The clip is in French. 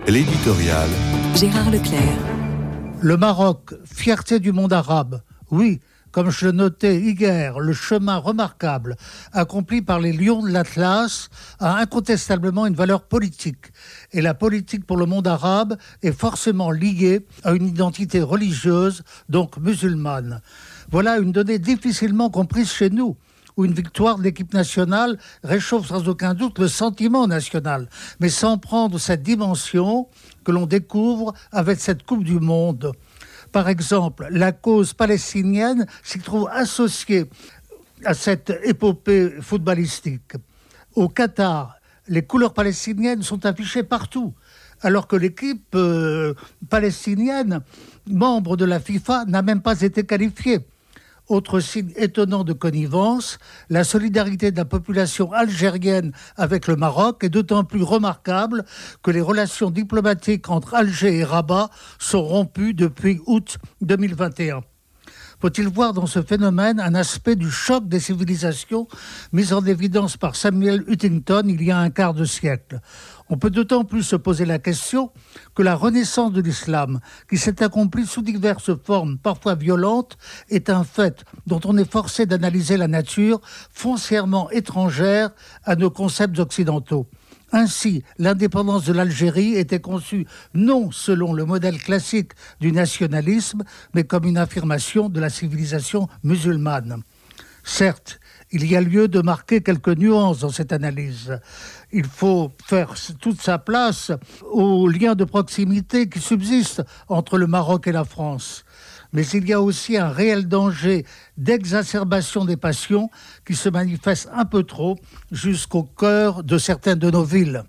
L'éditorial. Gérard Leclerc. Le Maroc, fierté du monde arabe. Oui, comme je le notais hier, le chemin remarquable accompli par les lions de l'Atlas a incontestablement une valeur politique. Et la politique pour le monde arabe est forcément liée à une identité religieuse, donc musulmane. Voilà une donnée difficilement comprise chez nous, où une victoire de l'équipe nationale réchauffe sans aucun doute le sentiment national, mais sans prendre cette dimension que l'on découvre avec cette Coupe du Monde. Par exemple, la cause palestinienne s'y trouve associée à cette épopée footballistique. Au Qatar, les couleurs palestiniennes sont affichées partout, alors que l'équipe palestinienne, membre de la FIFA, n'a même pas été qualifiée. Autre signe étonnant de connivence, la solidarité de la population algérienne avec le Maroc est d'autant plus remarquable que les relations diplomatiques entre Alger et Rabat sont rompues depuis août 2021. Faut-il voir dans ce phénomène un aspect du choc des civilisations mis en évidence par Samuel Huntington il y a un quart de siècle ? On peut d'autant plus se poser la question que la renaissance de l'islam, qui s'est accomplie sous diverses formes parfois violentes, est un fait dont on est forcé d'analyser la nature foncièrement étrangère à nos concepts occidentaux. Ainsi, l'indépendance de l'Algérie était conçue non selon le modèle classique du nationalisme, mais comme une affirmation de la civilisation musulmane. Certes, il y a lieu de marquer quelques nuances dans cette analyse. Il faut faire toute sa place aux liens de proximité qui subsistent entre le Maroc et la France. Mais il y a aussi un réel danger d'exacerbation des passions qui se manifeste un peu trop jusqu'au cœur de certaines de nos villes.